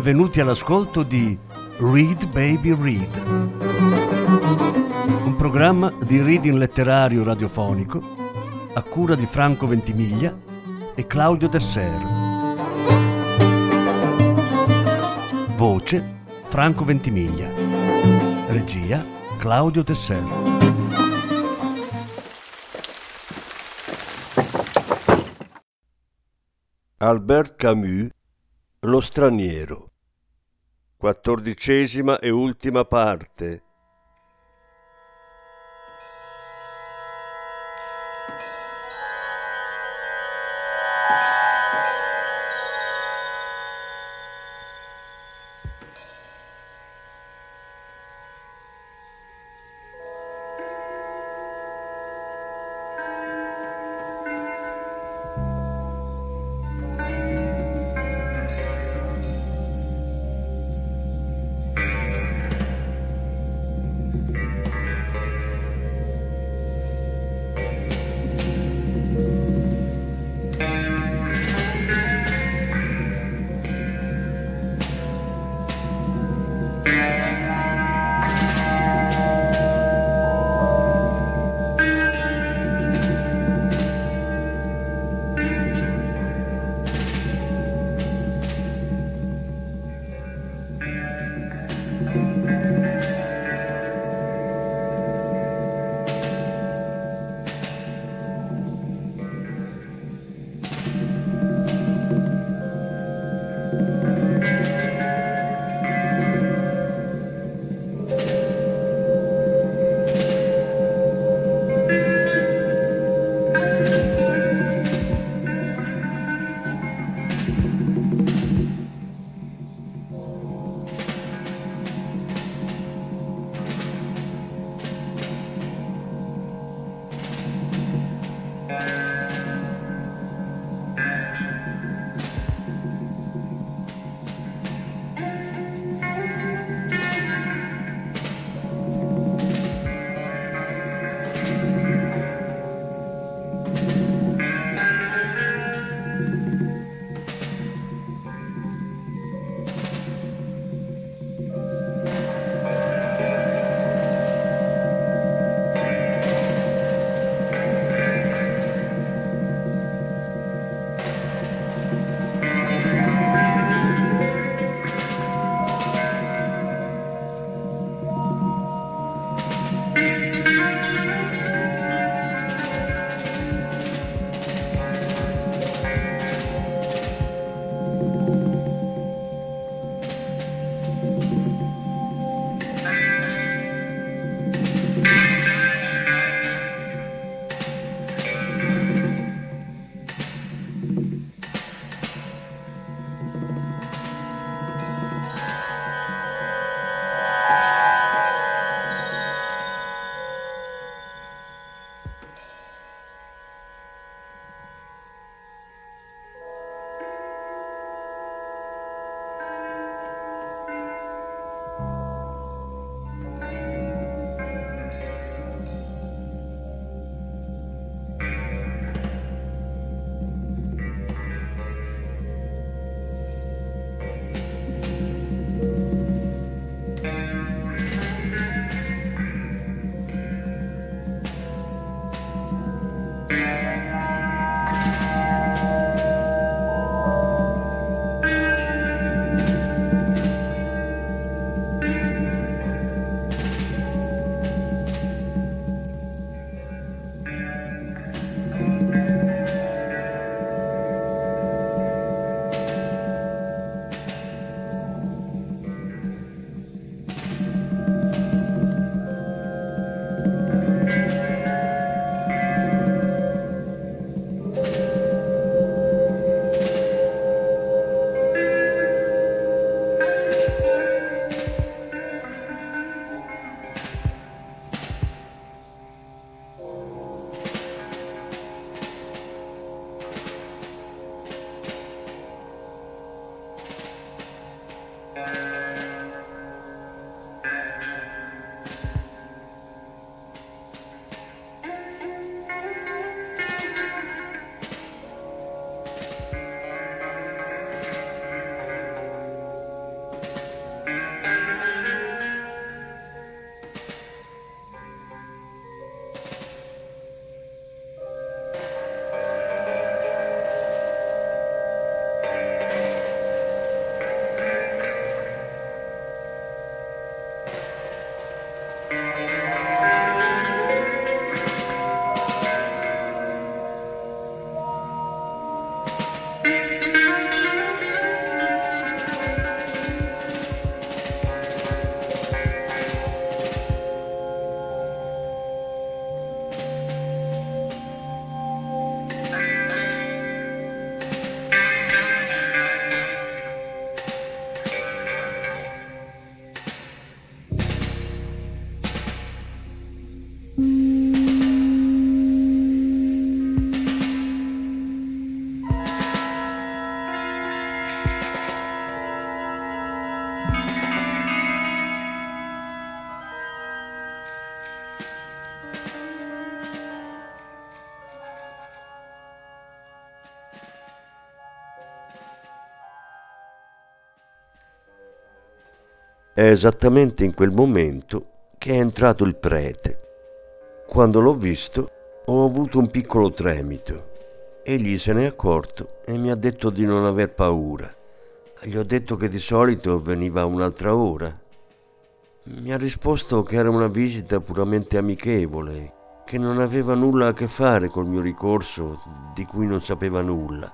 benvenuti all'ascolto di Read Baby Read, un programma di reading letterario radiofonico a cura di Franco Ventimiglia e Claudio Desser. Voce Franco Ventimiglia. Regia Claudio Desser. Albert Camus, Lo straniero. 14ª e ultima parte. È esattamente in quel momento che è entrato il prete. Quando l'ho visto ho avuto un piccolo tremito. Egli se n'è accorto e mi ha detto di non aver paura. Gli ho detto che di solito veniva a un'altra ora. Mi ha risposto che era una visita puramente amichevole, che non aveva nulla a che fare col mio ricorso di cui non sapeva nulla.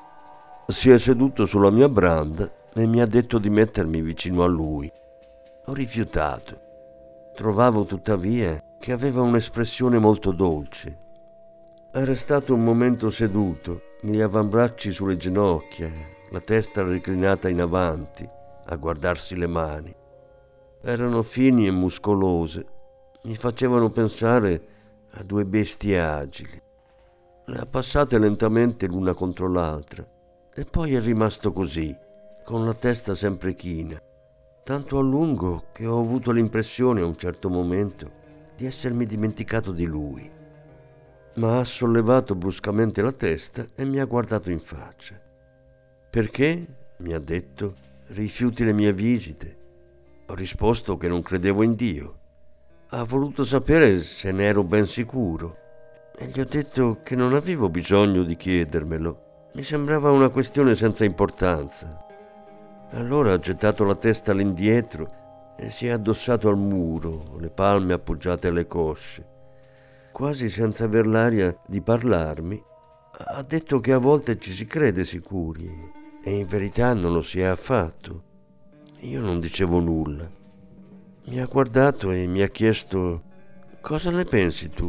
Si è seduto sulla mia branda e mi ha detto di mettermi vicino a lui. Ho rifiutato. Trovavo tuttavia che aveva un'espressione molto dolce. Era stato un momento seduto, gli avambracci sulle ginocchia, la testa reclinata in avanti, a guardarsi le mani. Erano fini e muscolose, mi facevano pensare a due bestie agili. Le ha passate lentamente l'una contro l'altra e poi è rimasto così, con la testa sempre china, tanto a lungo che ho avuto l'impressione a un certo momento di essermi dimenticato di lui. Ma ha sollevato bruscamente la testa e mi ha guardato in faccia. «Perché?» mi ha detto. «Rifiuti le mie visite?» Ho risposto che non credevo in Dio. Ha voluto sapere se ne ero ben sicuro e gli ho detto che non avevo bisogno di chiedermelo. Mi sembrava una questione senza importanza. Allora ha gettato la testa all'indietro e si è addossato al muro, le palme appoggiate alle cosce. Quasi senza aver l'aria di parlarmi, ha detto che a volte ci si crede sicuri e in verità non lo si è affatto. Io non dicevo nulla. Mi ha guardato e mi ha chiesto: «Cosa ne pensi tu?»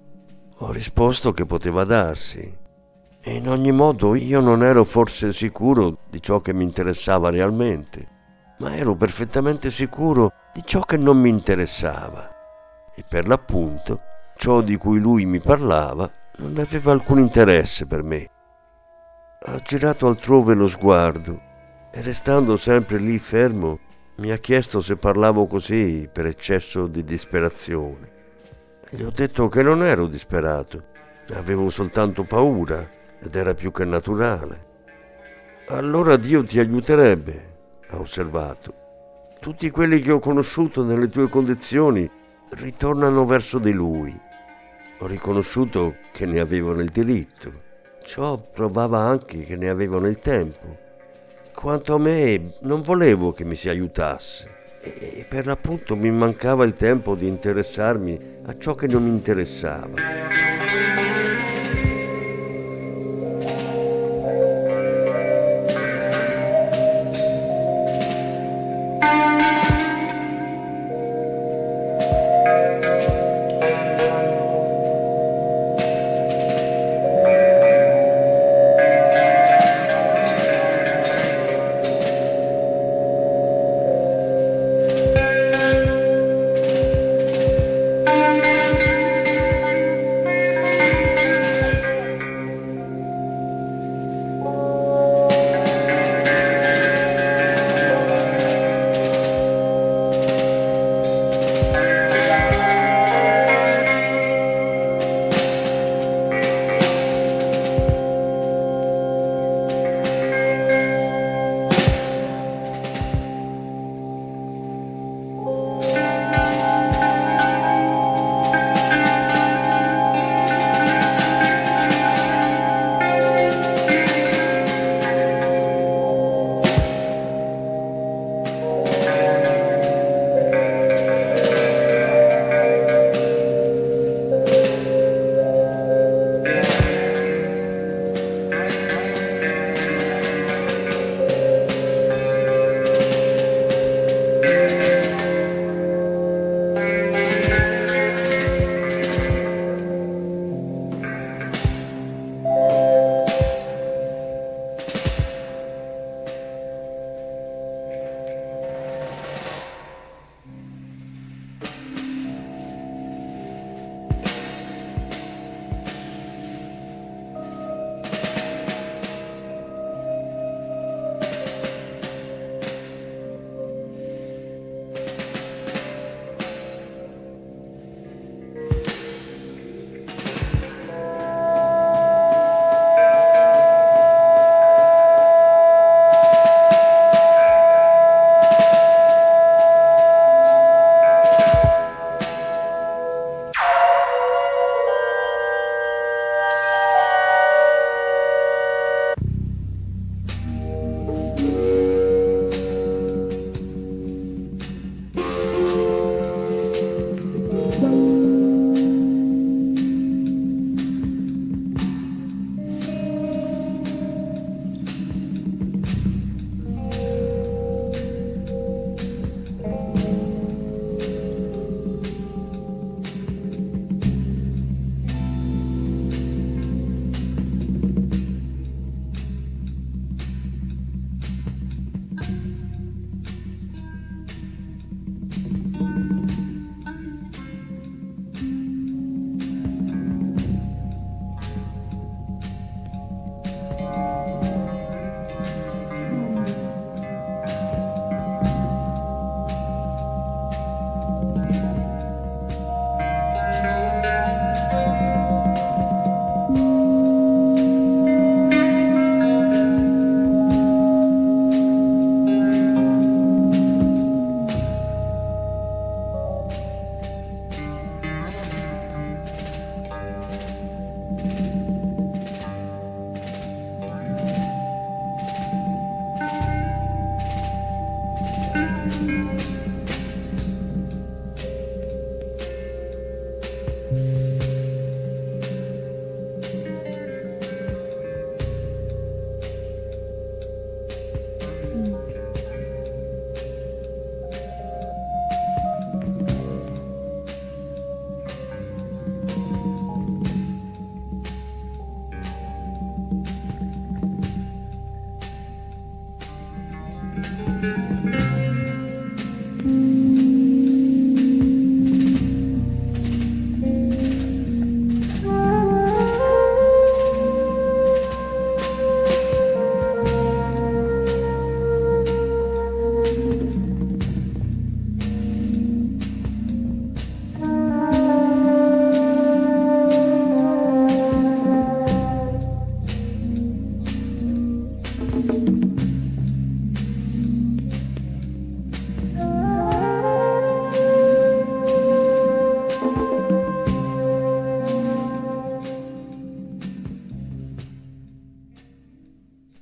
Ho risposto che poteva darsi. E in ogni modo io non ero forse sicuro di ciò che mi interessava realmente, ma ero perfettamente sicuro di ciò che non mi interessava. E per l'appunto, ciò di cui lui mi parlava non aveva alcun interesse per me. Ha girato altrove lo sguardo e restando sempre lì fermo mi ha chiesto se parlavo così per eccesso di disperazione. Gli ho detto che non ero disperato, avevo soltanto paura ed era più che naturale. «Allora Dio ti aiuterebbe», ha osservato. «Tutti quelli che ho conosciuto nelle tue condizioni ritornano verso di Lui». Ho riconosciuto che ne avevano il diritto. Ciò provava anche che ne avevano il tempo. Quanto a me, non volevo che mi si aiutasse e per l'appunto mi mancava il tempo di interessarmi a ciò che non mi interessava.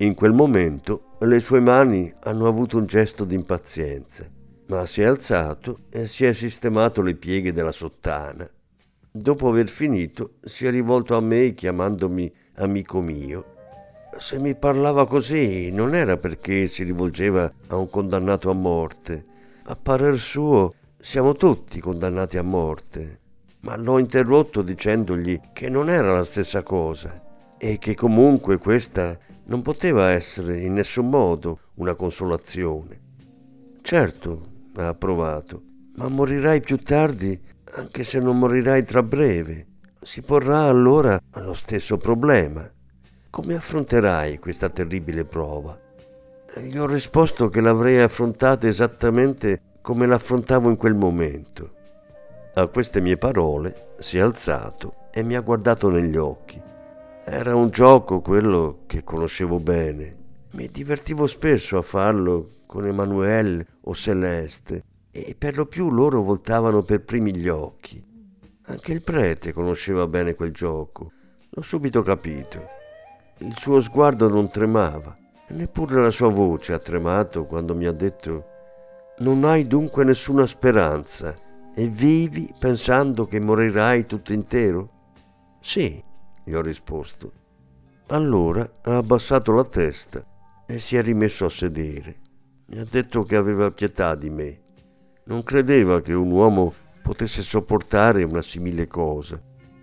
In quel momento le sue mani hanno avuto un gesto di impazienza, ma si è alzato e si è sistemato le pieghe della sottana. Dopo aver finito, si è rivolto a me chiamandomi amico mio. Se mi parlava così non era perché si rivolgeva a un condannato a morte. A parer suo siamo tutti condannati a morte, ma l'ho interrotto dicendogli che non era la stessa cosa e che comunque questa non poteva essere in nessun modo una consolazione. Certo, ha approvato, ma morirai più tardi anche se non morirai tra breve. Si porrà allora lo stesso problema. Come affronterai questa terribile prova? Gli ho risposto che l'avrei affrontata esattamente come l'affrontavo in quel momento. A queste mie parole si è alzato e mi ha guardato negli occhi. Era un gioco quello che conoscevo bene. Mi divertivo spesso a farlo con Emanuele o Celeste e per lo più loro voltavano per primi gli occhi. Anche il prete conosceva bene quel gioco. L'ho subito capito. Il suo sguardo non tremava, e neppure la sua voce ha tremato quando mi ha detto: «Non hai dunque nessuna speranza e vivi pensando che morirai tutto intero?» «Sì», gli ho risposto. Allora ha abbassato la testa e si è rimesso a sedere. Mi ha detto che aveva pietà di me. Non credeva che un uomo potesse sopportare una simile cosa.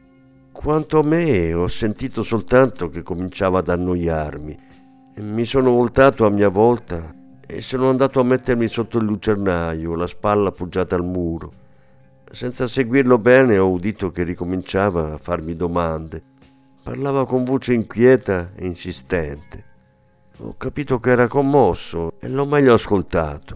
Quanto a me, ho sentito soltanto che cominciava ad annoiarmi. Mi sono voltato a mia volta e sono andato a mettermi sotto il lucernaio, la spalla appoggiata al muro. Senza seguirlo bene ho udito che ricominciava a farmi domande. Parlava con voce inquieta e insistente. Ho capito che era commosso e l'ho meglio ascoltato.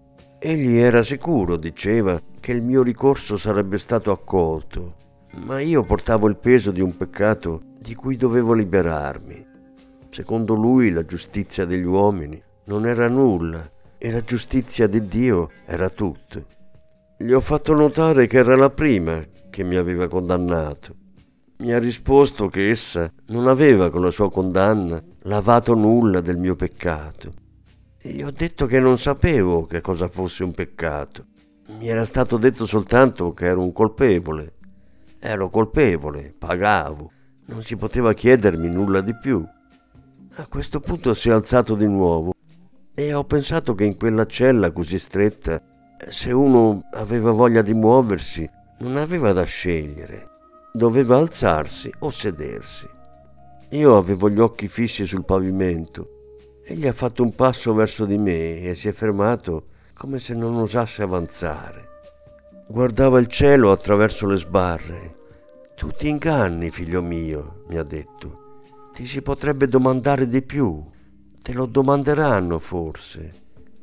Egli era sicuro, diceva, che il mio ricorso sarebbe stato accolto, ma io portavo il peso di un peccato di cui dovevo liberarmi. Secondo lui la giustizia degli uomini non era nulla e la giustizia di Dio era tutto. Gli ho fatto notare che era la prima che mi aveva condannato. Mi ha risposto che essa non aveva con la sua condanna lavato nulla del mio peccato. Gli ho detto che non sapevo che cosa fosse un peccato. Mi era stato detto soltanto che ero un colpevole. Ero colpevole, pagavo. Non si poteva chiedermi nulla di più. A questo punto si è alzato di nuovo e ho pensato che in quella cella così stretta, se uno aveva voglia di muoversi, non aveva da scegliere. Doveva alzarsi o sedersi. Io avevo gli occhi fissi sul pavimento. Egli ha fatto un passo verso di me e si è fermato come se non osasse avanzare. Guardava il cielo attraverso le sbarre. «Tu ti inganni, figlio mio», mi ha detto. «Ti si potrebbe domandare di più. Te lo domanderanno forse.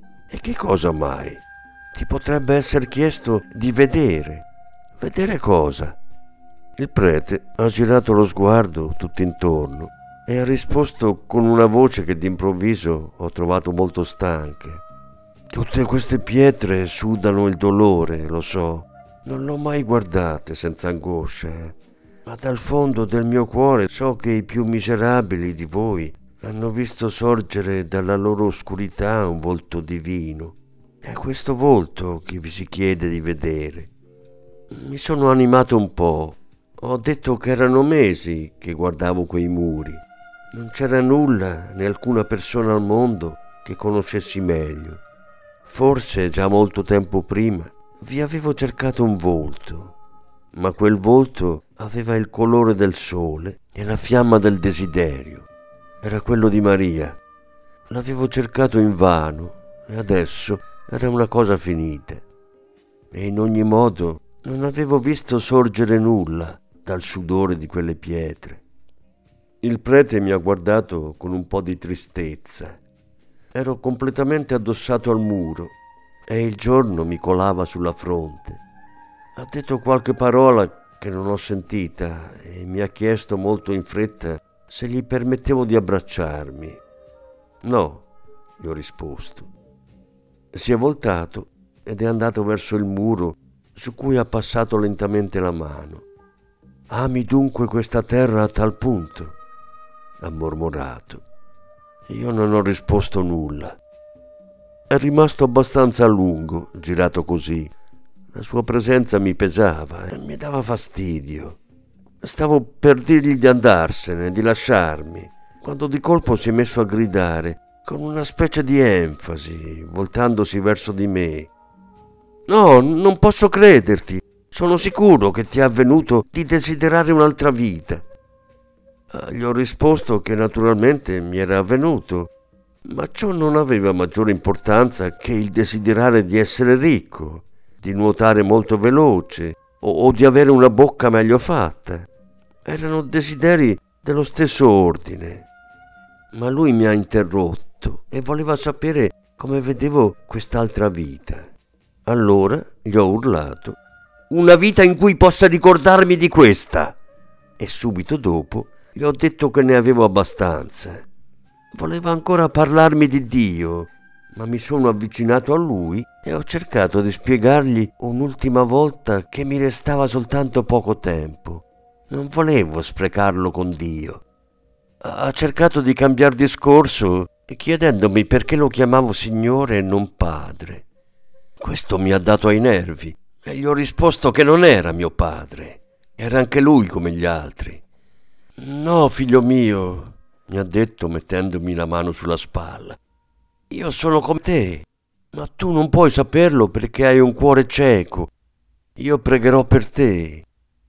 E che cosa mai? Ti potrebbe essere chiesto di vedere. Vedere cosa?» Il prete ha girato lo sguardo tutto intorno e ha risposto con una voce che d'improvviso ho trovato molto stanca. «Tutte queste pietre sudano il dolore, lo so. Non l'ho mai guardate senza angoscia, ma dal fondo del mio cuore so che i più miserabili di voi hanno visto sorgere dalla loro oscurità un volto divino. È questo volto che vi si chiede di vedere». Mi sono animato un po'. Ho detto che erano mesi che guardavo quei muri. Non c'era nulla né alcuna persona al mondo che conoscessi meglio. Forse già molto tempo prima vi avevo cercato un volto, ma quel volto aveva il colore del sole e la fiamma del desiderio. Era quello di Maria. L'avevo cercato invano e adesso era una cosa finita. E in ogni modo non avevo visto sorgere nulla dal sudore di quelle pietre. Il prete mi ha guardato con un po' di tristezza. Ero completamente addossato al muro e il giorno mi colava sulla fronte. Ha detto qualche parola che non ho sentita e mi ha chiesto molto in fretta se gli permettevo di abbracciarmi. «No», gli ho risposto. Si è voltato ed è andato verso il muro su cui ha passato lentamente la mano. «Ami dunque questa terra a tal punto?» ha mormorato. Io non ho risposto nulla. È rimasto abbastanza a lungo, girato così. La sua presenza mi pesava e mi dava fastidio. Stavo per dirgli di andarsene, di lasciarmi, quando di colpo si è messo a gridare, con una specie di enfasi, voltandosi verso di me. «No, non posso crederti. Sono sicuro che ti è avvenuto di desiderare un'altra vita». Gli ho risposto che naturalmente mi era avvenuto, ma ciò non aveva maggiore importanza che il desiderare di essere ricco, di nuotare molto veloce o di avere una bocca meglio fatta. Erano desideri dello stesso ordine. Ma lui mi ha interrotto e voleva sapere come vedevo quest'altra vita. Allora gli ho urlato: «Una vita in cui possa ricordarmi di questa!» E subito dopo gli ho detto che ne avevo abbastanza. Voleva ancora parlarmi di Dio, ma mi sono avvicinato a lui e ho cercato di spiegargli un'ultima volta che mi restava soltanto poco tempo. Non volevo sprecarlo con Dio. Ha cercato di cambiare discorso chiedendomi perché lo chiamavo Signore e non Padre. Questo mi ha dato ai nervi e gli ho risposto che non era mio padre, era anche lui come gli altri. «No, figlio mio», mi ha detto mettendomi la mano sulla spalla, «io sono come te, ma tu non puoi saperlo perché hai un cuore cieco. Io pregherò per te».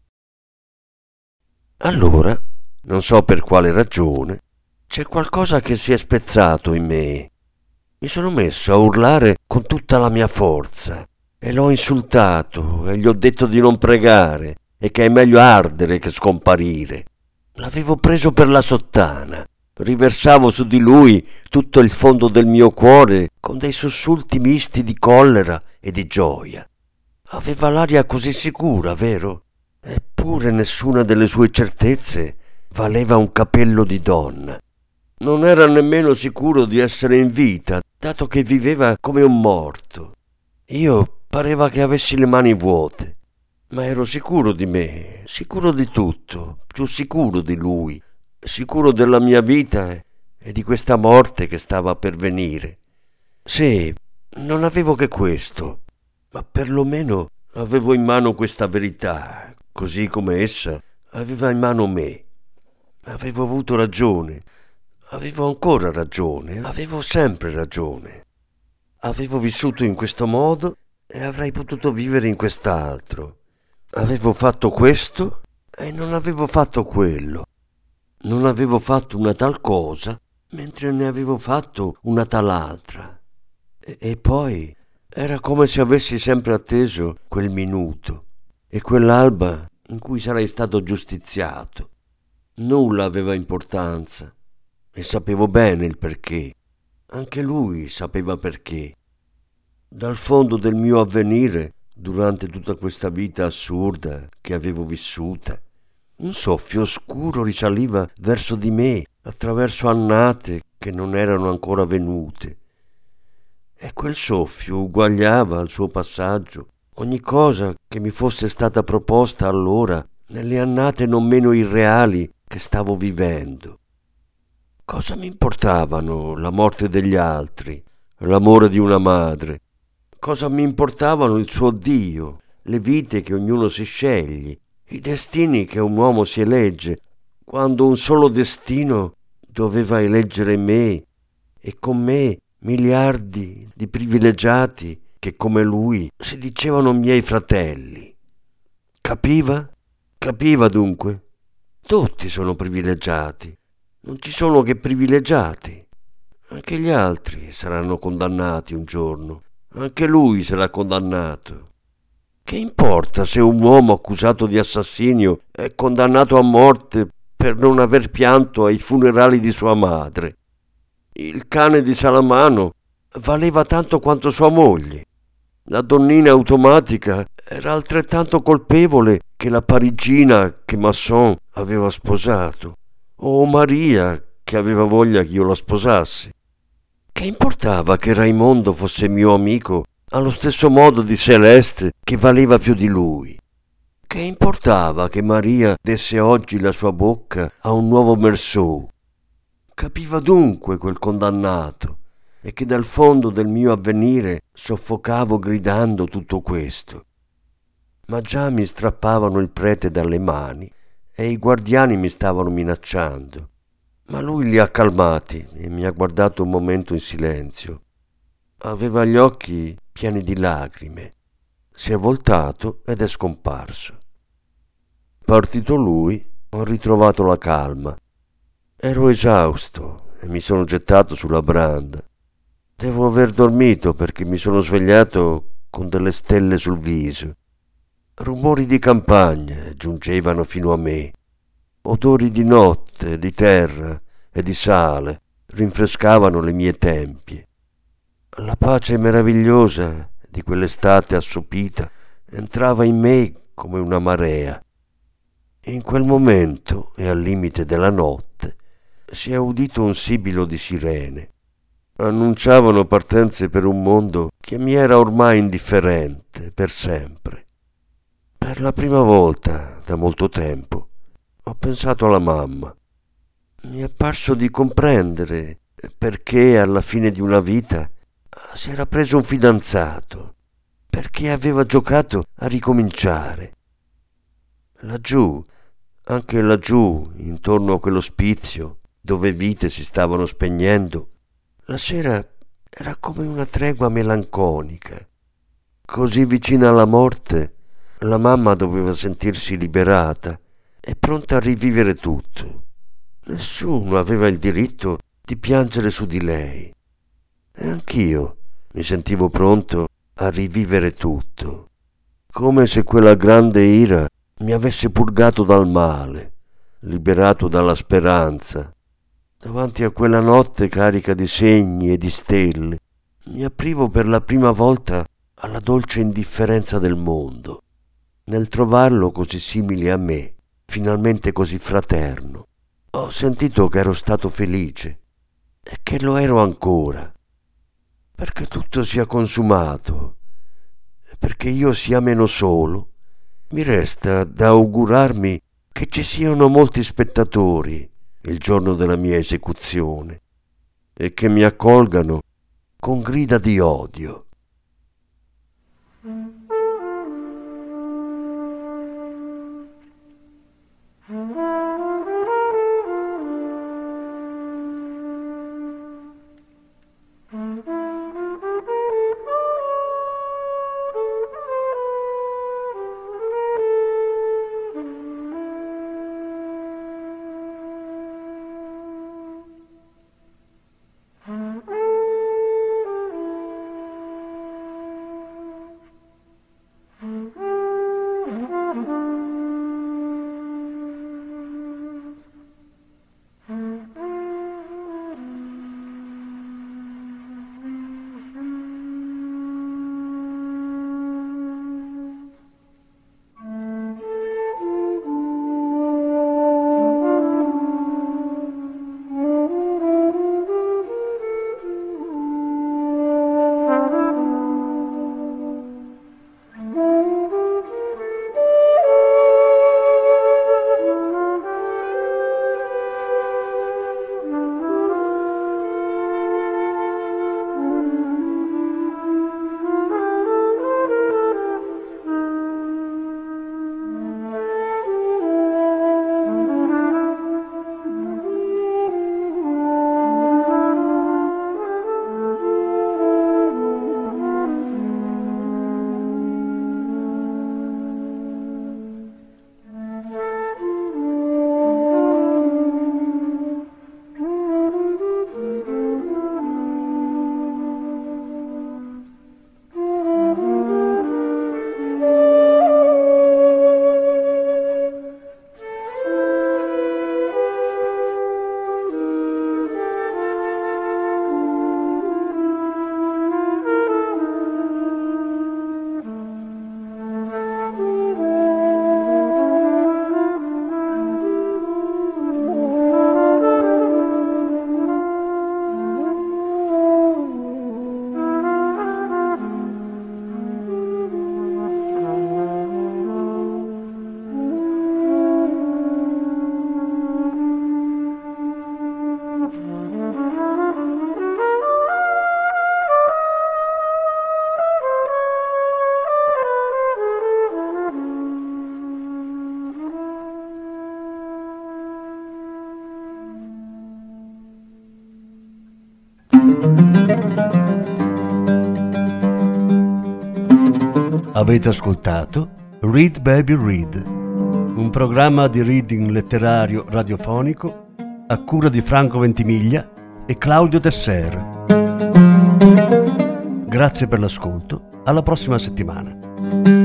Allora, non so per quale ragione, c'è qualcosa che si è spezzato in me. Mi sono messo a urlare con tutta la mia forza e l'ho insultato e gli ho detto di non pregare e che è meglio ardere che scomparire. L'avevo preso per la sottana. Riversavo su di lui tutto il fondo del mio cuore con dei sussulti misti di collera e di gioia. Aveva l'aria così sicura, vero? Eppure nessuna delle sue certezze valeva un capello di donna. Non era nemmeno sicuro di essere in vita, dato che viveva come un morto. Io pareva che avessi le mani vuote, ma ero sicuro di me, sicuro di tutto, più sicuro di lui, sicuro della mia vita e di questa morte che stava per venire. Sì, non avevo che questo, ma perlomeno avevo in mano questa verità, così come essa aveva in mano me. Avevo avuto ragione. Avevo ancora ragione, avevo sempre ragione. Avevo vissuto in questo modo e avrei potuto vivere in quest'altro. Avevo fatto questo e non avevo fatto quello. Non avevo fatto una tal cosa mentre ne avevo fatto una tal altra. E poi era come se avessi sempre atteso quel minuto e quell'alba in cui sarei stato giustiziato. Nulla aveva importanza. E sapevo bene il perché. Anche lui sapeva perché. Dal fondo del mio avvenire, durante tutta questa vita assurda che avevo vissuta, un soffio oscuro risaliva verso di me attraverso annate che non erano ancora venute. E quel soffio uguagliava al suo passaggio ogni cosa che mi fosse stata proposta allora nelle annate non meno irreali che stavo vivendo. Cosa mi importavano la morte degli altri, l'amore di una madre? Cosa mi importavano il suo Dio, le vite che ognuno si sceglie, i destini che un uomo si elegge, quando un solo destino doveva eleggere me e con me miliardi di privilegiati che come lui si dicevano miei fratelli. Capiva? Capiva dunque? Tutti sono privilegiati. Non ci sono che privilegiati. Anche gli altri saranno condannati un giorno. Anche lui sarà condannato. Che importa se un uomo accusato di assassinio è condannato a morte per non aver pianto ai funerali di sua madre? Il cane di Salamano valeva tanto quanto sua moglie. La donnina automatica era altrettanto colpevole che la parigina che Masson aveva sposato. O Maria, che aveva voglia che io la sposassi. Che importava che Raimondo fosse mio amico allo stesso modo di Celeste, che valeva più di lui? Che importava che Maria desse oggi la sua bocca a un nuovo Meursault? capiva dunque quel condannato e che dal fondo del mio avvenire soffocavo gridando tutto questo. Ma già mi strappavano il prete dalle mani e i guardiani mi stavano minacciando. Ma lui li ha calmati e mi ha guardato un momento in silenzio. Aveva gli occhi pieni di lacrime. Si è voltato ed è scomparso. Partito lui, ho ritrovato la calma. Ero esausto e mi sono gettato sulla branda. Devo aver dormito perché mi sono svegliato con delle stelle sul viso. Rumori di campagna giungevano fino a me. Odori di notte, di terra e di sale rinfrescavano le mie tempie. La pace meravigliosa di quell'estate assopita entrava in me come una marea. In quel momento e al limite della notte si è udito un sibilo di sirene. Annunciavano partenze per un mondo che mi era ormai indifferente per sempre. Per la prima volta da molto tempo ho pensato alla mamma. Mi è parso di comprendere perché alla fine di una vita si era preso un fidanzato, perché aveva giocato a ricominciare. Laggiù, anche laggiù, intorno a quell'ospizio dove vite si stavano spegnendo, la sera era come una tregua melanconica. Così vicina alla morte, la mamma doveva sentirsi liberata e pronta a rivivere tutto. Nessuno aveva il diritto di piangere su di lei. E anch'io mi sentivo pronto a rivivere tutto, come se quella grande ira mi avesse purgato dal male, liberato dalla speranza. Davanti a quella notte carica di segni e di stelle, mi aprivo per la prima volta alla dolce indifferenza del mondo, nel trovarlo così simile a me, finalmente così fraterno. Ho sentito che ero stato felice e che lo ero ancora, perché tutto sia consumato e perché io sia meno solo. Mi resta da augurarmi che ci siano molti spettatori il giorno della mia esecuzione e che mi accolgano con grida di odio. Avete ascoltato Read Baby Read, un programma di reading letterario radiofonico a cura di Franco Ventimiglia e Claudio Tesser. Grazie per l'ascolto, alla prossima settimana.